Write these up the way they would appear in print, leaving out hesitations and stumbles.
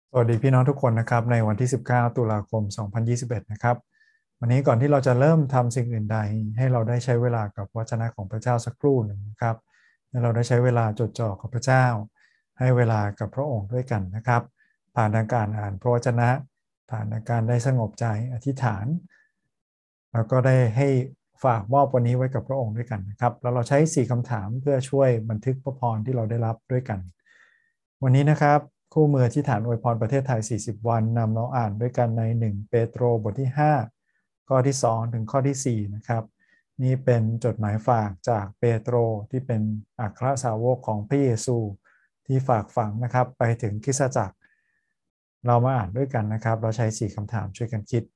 สวัสดีพี่น้องทุกคนนะครับในวันที่19ตุลาคม2021นะครับวันนี้ก่อนที่เราจะเริ่มทำสิ่งอื่นใดให้เราได้ใช้เวลากับวจนะของพระเจ้าสักครู่หนึ่งนะครับให้เราได้ใช้เวลาจดจ่อกับพระเจ้าให้เวลากับพระองค์ด้วยกันนะครับผ่านทางการอ่านพระวจนะผ่านทางการได้สงบใจอธิษฐานแล้วก็ได้ให้ฝากมอบวันนี้ไว้กับพระองค์ด้วยกันนะครับแล้วเราใช้4คำถามเพื่อช่วยบันทึกพระพรที่เราได้รับด้วยกันวันนี้นะครับคู่มือที่ฐานอวยพรประเทศไทย40วันนำเราอ่านด้วยกันใน1เปโตรบทที่5ข้อที่2ถึงข้อที่4นะครับนี่เป็นจดหมายฝากจากเปโตรที่เป็นอัครสาวกของพระเยซูที่ฝากฝังนะครับไปถึงคริสตจักรเรามาอ่านด้วยกันนะครับเราใช้4คำถามช่วยกันคิด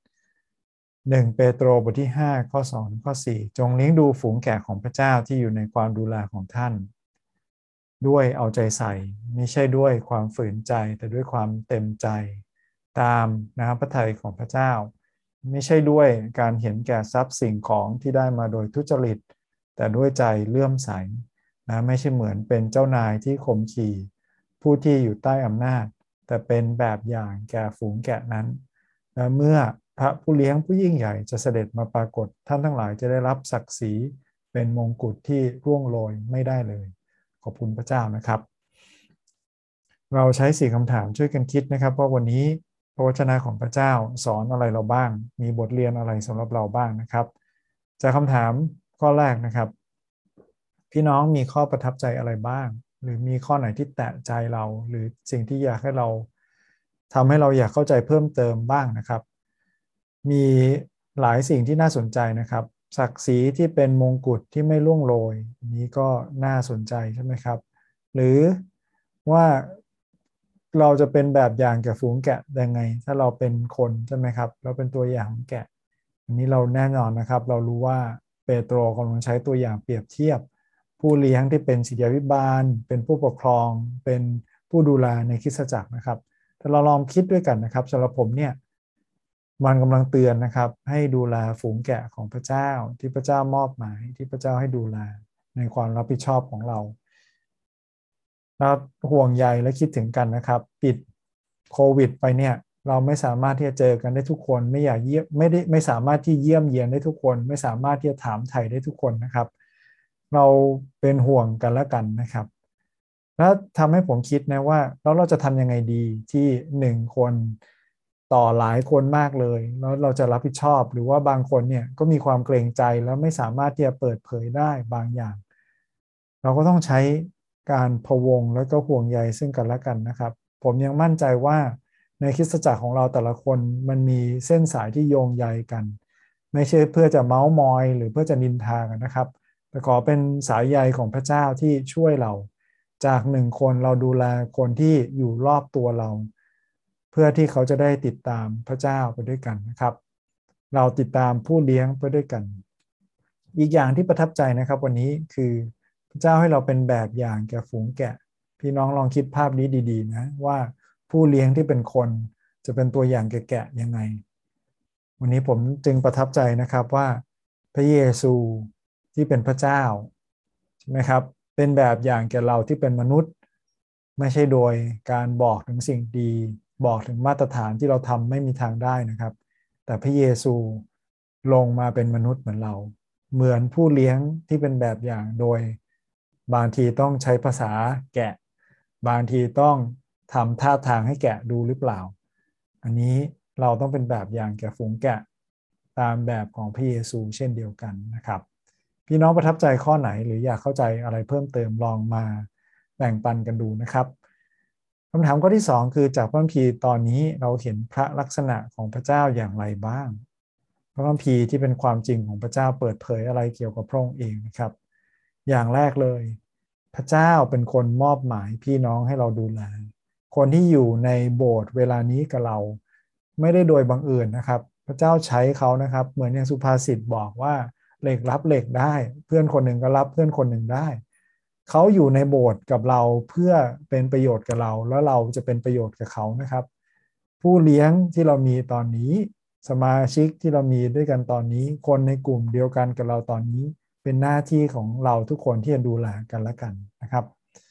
1เปโตรบทที่5ข้อ2ถึงข้อ4จงเลี้ยงดูฝูงแกะของพระเจ้าที่อยู่ในความดูแลของท่านด้วยเอาใจใส่ไม่ใช่ด้วยความฝืนใจแต่ด้วยความเต็มใจตามน้ำพระทัยของพระเจ้าไม่ใช่ด้วยการเห็นแก่ทรัพย์สิ่งของที่ได้มาโดยทุจริตแต่ด้วยใจเลื่อมใสนะไม่ใช่เหมือนเป็นเจ้านายที่ข่มขี่ผู้ที่อยู่ใต้อำนาจแต่เป็นแบบอย่างแก่ฝูงแกะนั้นและเมื่อพระผู้เลี้ยงผู้ยิ่งใหญ่จะเสด็จมาปรากฏท่านทั้งหลายจะได้รับศักดิ์ศรีเป็นมงกุฎที่ร่วงโรยไม่ได้เลยขอบคุณพระเจ้านะครับเราใช้สี่คำถามช่วยกันคิดนะครับว่าวันนี้พระวจนะของพระเจ้าสอนอะไรเราบ้างมีบทเรียนอะไรสำหรับเราบ้างนะครับจากคำถามข้อแรกนะครับพี่น้องมีข้อประทับใจอะไรบ้างหรือมีข้อไหนที่แตะใจเราหรือสิ่งที่อยากให้เราทำให้เราอยากเข้าใจเพิ่มเติมบ้างนะครับมีหลายสิ่งที่น่าสนใจนะครับศักดิ์ศรีที่เป็นมงกุฎที่ไม่ร่วงโรยอันนี้ก็น่าสนใจใช่ไหมครับหรือว่าเราจะเป็นแบบอย่างแก่ฝูงแกะยังไงถ้าเราเป็นคนใช่ไหมครับเราเป็นตัวอย่างของแกะอันนี้เราแน่นอนนะครับเรารู้ว่าเปโตรกำลังใช้ตัวอย่างเปรียบเทียบผู้เลี้ยงที่เป็นศิษยาภิบาลเป็นผู้ปกครองเป็นผู้ดูแลในคริสตจักรนะครับแต่เราลองคิดด้วยกันนะครับสำหรับผมเนี่ยมันกำลังเตือนนะครับให้ดูแลฝูงแกะของพระเจ้าที่พระเจ้ามอบหมายที่พระเจ้าให้ดูแลในความรับผิดชอบของเรา แล้วห่วงใยและคิดถึงกันนะครับปิดโควิดไปเนี่ยเราไม่สามารถที่จะเจอกันได้ทุกคนไม่อยากเยี่ยมไม่สามารถที่เยี่ยมเยียนได้ทุกคนไม่สามารถที่จะถามไถ่ได้ทุกคนนะครับเราเป็นห่วงกันและกันนะครับแล้วทำให้ผมคิดนะว่าแล้วเราจะทำยังไงดีที่1 คนต่อหลายคนมากเลยแล้วเราจะรับผิดชอบหรือว่าบางคนเนี่ยก็มีความเกรงใจแล้วไม่สามารถที่จะเปิดเผยได้บางอย่าง เราก็ต้องใช้การพะวงแล้วก็ห่วงใยซึ่งกันและกันนะครับผมยังมั่นใจว่าในคริสตจักรของเราแต่ละคนมันมีเส้นสายที่โยงใยกันไม่ใช่เพื่อจะเมาส์มอยหรือเพื่อจะนินทากันนะครับแต่ขอเป็นสายใยของพระเจ้าที่ช่วยเราจาก1 คนเราดูแลคนที่อยู่รอบตัวเราเพื่อที่เขาจะได้ติดตามพระเจ้าไปด้วยกันนะครับเราติดตามผู้เลี้ยงไปด้วยกันอีกอย่างที่ประทับใจนะครับวันนี้คือ พระเจ้าให้เราเป็นแบบอย่างแก่ฝูงแกะพี่น้องลองคิดภาพนี้ดีๆนะว่าผู้เลี้ยงที่เป็นคนจะเป็นตัวอย่างแก่แกะยังไงวันนี้ผมจึงประทับใจนะครับว่าพระเยซูที่เป็นพระเจ้าใช่ไหมครับเป็นแบบอย่างแก่เราที่เป็นมนุษย์ไม่ใช่โดยการบอกถึงสิ่งดีบอกถึงมาตรฐานที่เราทำไม่มีทางได้นะครับแต่พระเยซูลงมาเป็นมนุษย์เหมือนเราเหมือนผู้เลี้ยงที่เป็นแบบอย่างโดย บางทีต้องใช้ภาษาแกะบางทีต้องทำท่าทางให้แกะดูหรือเปล่าอันนี้เราต้องเป็นแบบอย่างแก่ฝูงแกะตามแบบของพระเยซูเช่นเดียวกันนะครับพี่น้องประทับใจข้อไหนหรืออยากเข้าใจอะไรเพิ่มเติมลองมาแบ่งปันกันดูนะครับคำถามข้อที่2คือจากพระคัมภีร์ตอนนี้เราเห็นพระลักษณะของพระเจ้าอย่างไรบ้างพระคัมภีร์ที่เป็นความจริงของพระเจ้าเปิดเผยอะไรเกี่ยวกับพระองค์เองนะครับอย่างแรกเลยพระเจ้าเป็นคนมอบหมายพี่น้องให้เราดูแลคนที่อยู่ในโบสถ์เวลานี้กับเราไม่ได้โดยบังเอิญนะครับพระเจ้าใช้เขานะครับเหมือนอย่างสุภาษิตบอกว่าเหล็กรับเหล็กได้เพื่อนคนหนึ่งก็รับเพื่อนคนหนึ่งได้เขาอยู่ในโบสถ์กับเราเพื่อเป็นประโยชน์กับเราแล้วเราจะเป็นประโยชน์กับเขานะครับผู้เลี้ยงที่เรามีตอนนี้สมาชิกที่เรามีด้วยกันตอนนี้คนในกลุ่มเดียวกันกับเราตอนนี้เป็นหน้าที่ของเราทุกคนที่จะดูแลกันและกันนะครับ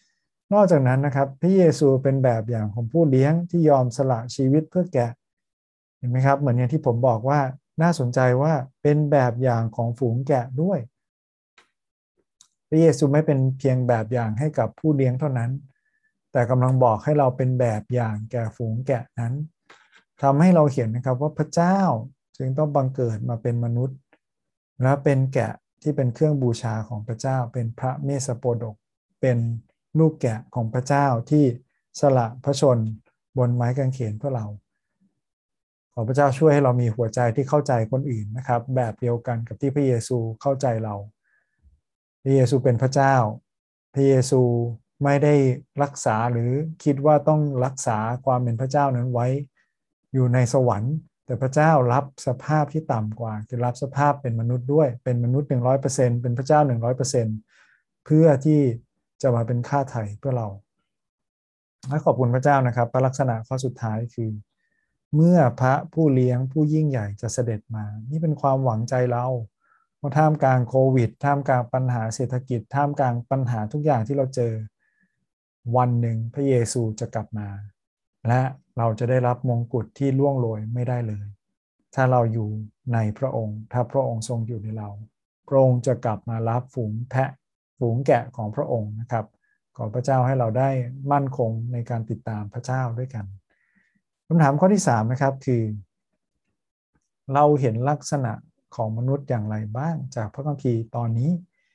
นอกจากนั้นนะครับพระเยซูเป็นแบบอย่างของผู้เลี้ยงที่ยอมสละชีวิตเพื่อแกะเห็นไหมครับเหมือนอย่างที่ผมบอกว่าน่าสนใจว่าเป็นแบบอย่างของฝูงแกะด้วยพระเยซูไม่เป็นเพียงแบบอย่างให้กับผู้เลี้ยงเท่านั้นแต่กำลังบอกให้เราเป็นแบบอย่างแก่ฝูงแกะนั้นทำให้เราเห็นนะครับว่าพระเจ้าจึงต้องบังเกิดมาเป็นมนุษย์และเป็นแกะที่เป็นเครื่องบูชาของพระเจ้าเป็นพระเมสสโปดกเป็นลูกแกะของพระเจ้าที่สละพระชนบนไม้กางเขนเพื่อเราขอพระเจ้าช่วยให้เรามีหัวใจที่เข้าใจคนอื่นนะครับแบบเดียวกันกับที่พระเยซูเข้าใจเราพระเยซูเป็นพระเจ้าพระเยซูไม่ได้รักษาหรือคิดว่าต้องรักษาความเป็นพระเจ้านั้นไว้อยู่ในสวรรค์แต่พระเจ้ารับสภาพที่ต่ำกว่าคือรับสภาพเป็นมนุษย์ด้วยเป็นมนุษย์ 100% เป็นพระเจ้า 100%เพื่อที่จะมาเป็นค่าไถ่เพื่อเราและขอบคุณพระเจ้านะครับพระลักษณะข้อสุดท้ายคือเมื่อพระผู้เลี้ยงผู้ยิ่งใหญ่จะเสด็จมานี่เป็นความหวังใจเราว่าท่ามกลางโควิดท่ามกลางปัญหาเศรษฐกิจท่ามกลางปัญหาทุกอย่างที่เราเจอวันหนึ่งพระเยซูจะกลับมาและเราจะได้รับมงกุฎที่ล่วงโรยไม่ได้เลยถ้าเราอยู่ในพระองค์ถ้าพระองค์ทรงอยู่ในเราพระองค์จะกลับมารับฝูงแพะฝูงแกะของพระองค์นะครับขอพระเจ้าให้เราได้มั่นคงในการติดตามพระเจ้าด้วยกันคำถามข้อที่3นะครับคือเราเห็นลักษณะของมนุษย์อย่างไรบ้างจากพระคัมภีร์ตอนนี้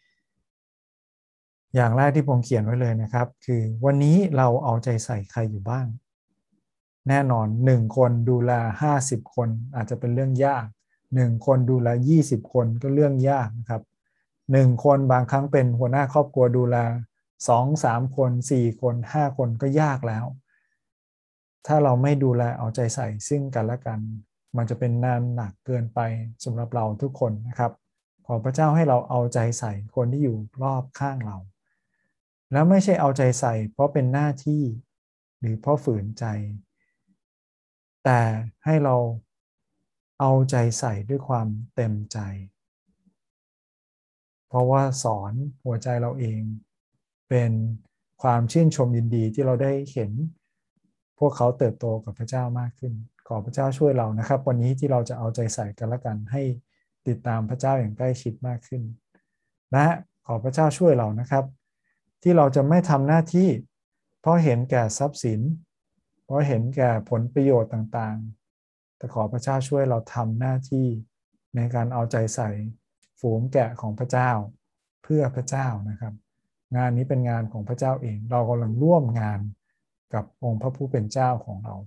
อย่างแรกที่ผมเขียนไว้เลยนะครับคือวันนี้เราเอาใจใส่ใครอยู่บ้างแน่นอน1คนดูแล50คนอาจจะเป็นเรื่องยาก1คนดูแล20คนก็เรื่องยากนะครับ1คนบางครั้งเป็นหัวหน้าครอบครัวดูแล2-3คน4คน5คนก็ยากแล้วถ้าเราไม่ดูแลเอาใจใส่ซึ่งกันและกันมันจะเป็นงานหนักเกินไปสำหรับเราทุกคนนะครับขอพระเจ้าให้เราเอาใจใส่คนที่อยู่รอบข้างเราแล้วไม่ใช่เอาใจใส่เพราะเป็นหน้าที่หรือเพราะฝืนใจแต่ให้เราเอาใจใส่ด้วยความเต็มใจเพราะว่าสอนหัวใจเราเองเป็นความชื่นชมยินดีที่เราได้เห็นพวกเขาเติบโตกับพระเจ้ามากขึ้นขอพระเจ้าช่วยเรานะครับวันนี้ที่เราจะเอาใจใส่กันและกันให้ติดตามพระเจ้าอย่างใกล้ชิดมากขึ้นและขอพระเจ้าช่วยเรานะครับที่เราจะไม่ทำหน้าที่เพราะเห็นแก่ทรัพย์สินเพราะเห็นแก่ผลประโยชน์ต่างๆแต่ขอพระเจ้าช่วยเราทำหน้าที่ในการเอาใจใส่ฝูงแกะของพระเจ้าเพื่อพระเจ้านะครับงานนี้เป็นงานของพระเจ้าเองเรากำลังร่วมงานกับองค์พระผู้เป็นเจ้าของเรา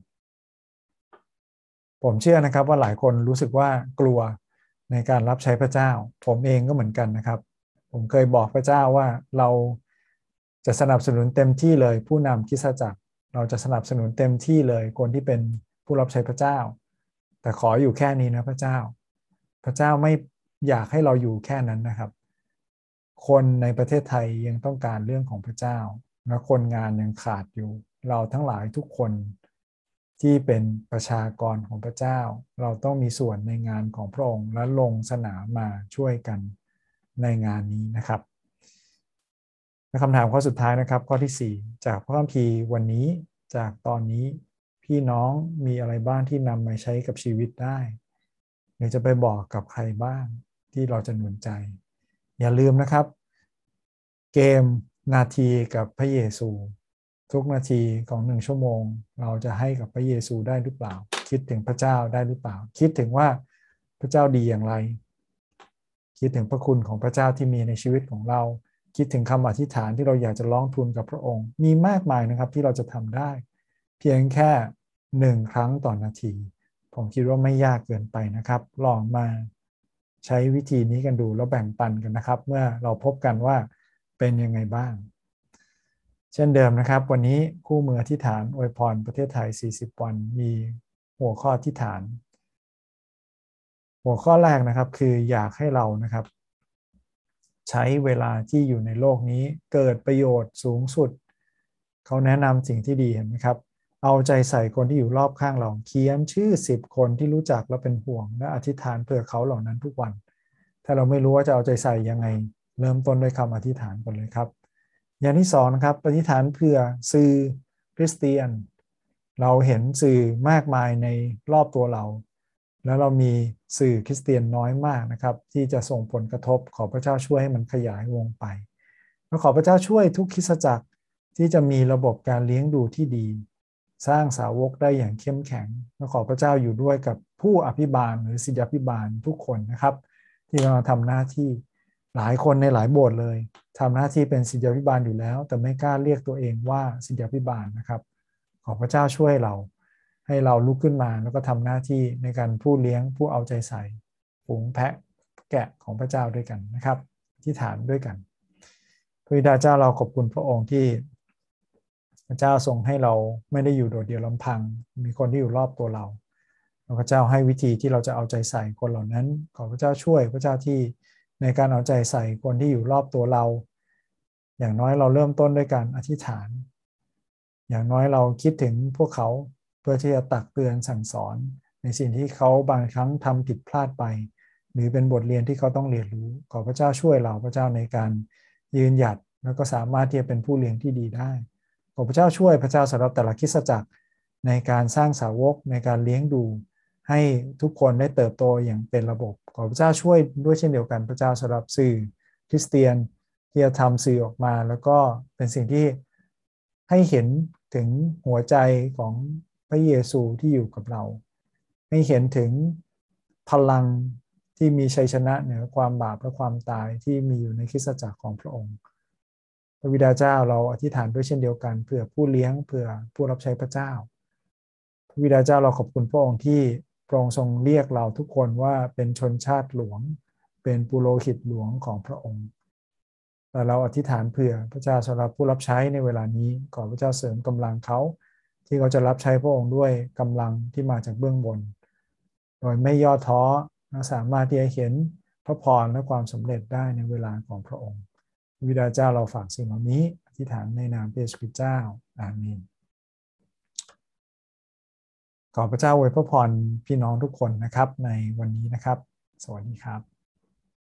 ผมเชื่อนะครับว่าหลายคนรู้สึกว่ากลัวในการรับใช้พระเจ้าผมเองก็เหมือนกันนะครับผมเคยบอกพระเจ้าว่าเราจะสนับสนุนเต็มที่เลยผู้นำคริสตจักรเราจะสนับสนุนเต็มที่เลยคนที่เป็นผู้รับใช้พระเจ้าแต่ขออยู่แค่นี้นะพระเจ้าพระเจ้าไม่อยากให้เราอยู่แค่นั้นนะครับคนในประเทศไทยยังต้องการเรื่องของพระเจ้าและคนงานยังขาดอยู่เราทั้งหลายทุกคนที่เป็นประชากรของพระเจ้าเราต้องมีส่วนในงานของพระองค์และลงสนามมาช่วยกันในงานนี้นะครับและคำถามข้อสุดท้ายนะครับข้อที่4จากพระคัมภีร์วันนี้จากตอนนี้พี่น้องมีอะไรบ้างที่นำมาใช้กับชีวิตได้หรือจะไปบอกกับใครบ้างที่เราจะหนุนใจอย่าลืมนะครับเกมนาทีกับพระเยซูทุกนาทีของ1 ชั่วโมงเราจะให้กับพระเยซูได้หรือเปล่าคิดถึงพระเจ้าได้หรือเปล่าคิดถึงว่าพระเจ้าดีอย่างไรคิดถึงพระคุณของพระเจ้าที่มีในชีวิตของเราคิดถึงคำอธิษฐานที่เราอยากจะร้องทูลกับพระองค์มีมากมายนะครับที่เราจะทำได้เพียงแค่1 ครั้งต่อนาทีผมคิดว่าไม่ยากเกินไปนะครับลองมาใช้วิธีนี้กันดูแล้วแบ่งปันกันนะครับเมื่อเราพบกันว่าเป็นยังไงบ้างเช่นเดิมนะครับวันนี้คู่มืออธิษฐานอวยพรประเทศไทย40 วันมีหัวข้ออธิษฐานหัวข้อแรกนะครับคืออยากให้เรานะครับใช้เวลาที่อยู่ในโลกนี้เกิดประโยชน์สูงสุดเขาแนะนำสิ่งที่ดีเห็นไหมครับเอาใจใส่คนที่อยู่รอบข้างเราเขียนชื่อ10 คนที่รู้จักและเป็นห่วงและอธิษฐานเพื่อเขาเหล่านั้นทุกวันถ้าเราไม่รู้ว่าจะเอาใจใส่ยังไงเริ่มต้นด้วยคำอธิษฐานก่อนเลยครับอย่างที่สองนะครับอธิษฐานเพื่อสื่อคริสเตียนเราเห็นสื่อมากมายในรอบตัวเราแล้วเรามีสื่อคริสเตียนน้อยมากนะครับที่จะส่งผลกระทบขอพระเจ้าช่วยให้มันขยายวงไปแล้วขอพระเจ้าช่วยทุกคริสตจักรที่จะมีระบบการเลี้ยงดูที่ดีสร้างสาวกได้อย่างเข้มแข็งแล้วขอพระเจ้าอยู่ด้วยกับผู้อภิบาลหรือศิษยาภิบาลทุกคนนะครับที่กำลังทำหน้าที่หลายคนในหลายโบสถ์เลยทำหน้าที่เป็นศิษยาภิบาลอยู่แล้วแต่ไม่กล้าเรียกตัวเองว่าศิษยาภิบาลนะครับขอพระเจ้าช่วยเราให้เราลุกขึ้นมาแล้วก็ทำหน้าที่ในการผู้เลี้ยงผู้เอาใจใส่ฝูงแพะแกะของพระเจ้าด้วยกันนะครับที่ฐานด้วยกันพระบิดาเจ้าเราขอบคุณพระองค์ที่พระเจ้าทรงให้เราไม่ได้อยู่โดดเดี่ยวลำพังมีคนที่อยู่รอบตัวเราพระเจ้าให้วิธีที่เราจะเอาใจใส่คนเหล่านั้นขอพระเจ้าช่วยพระเจ้าที่ในการเอาใจใส่คนที่อยู่รอบตัวเราอย่างน้อยเราเริ่มต้นด้วยการอธิษฐานอย่างน้อยเราคิดถึงพวกเขาเพื่อที่จะตักเตือนสั่งสอนในสิ่งที่เขาบางครั้งทำผิดพลาดไปหรือเป็นบทเรียนที่เขาต้องเรียนรู้ขอพระเจ้าช่วยเราพระเจ้าในการยืนหยัดแล้วก็สามารถที่จะเป็นผู้เลี้ยงที่ดีได้ขอพระเจ้าช่วยพระเจ้าสำหรับแต่ละคริสตจักรในการสร้างสาวกในการเลี้ยงดูให้ทุกคนได้เติบโตอย่างเป็นระบบขอพระเจ้าช่วยด้วยเช่นเดียวกันพระเจ้าสำหรับสื่อคริสเตียนที่จะทำสื่อออกมาแล้วก็เป็นสิ่งที่ให้เห็นถึงหัวใจของพระเยซูที่อยู่กับเราให้เห็นถึงพลังที่มีชัยชนะเหนือความบาปและความตายที่มีอยู่ในคริสตจักรของพระองค์พระบิดาเจ้าเราอธิษฐานด้วยเช่นเดียวกันเพื่อผู้เลี้ยงเพื่อผู้รับใช้พระเจ้าพระบิดาเจ้าเราขอบคุณพระองค์ที่พระองค์ทรงเรียกเราทุกคนว่าเป็นชนชาติหลวงเป็นปุโรหิตหลวงของพระองค์แต่เราอธิษฐานเผื่อพระเจ้าสำหรับผู้รับใช้ในเวลานี้ขอพระเจ้าเสริมกำลังเขาที่เขาจะรับใช้พระองค์ด้วยกำลังที่มาจากเบื้องบนโดยไม่ย่อท้อและสามารถที่จะเห็นพระพรและความสำเร็จได้ในเวลาของพระองค์พระบิดาเจ้าเราฝากสิ่งเหล่านี้อธิษฐานในนามพระเยซูคริสต์เจ้าอาเมนขอพระเจ้าอวยพระพรพี่น้องทุกคนนะครับในวันนี้นะครับสวัสดีครับ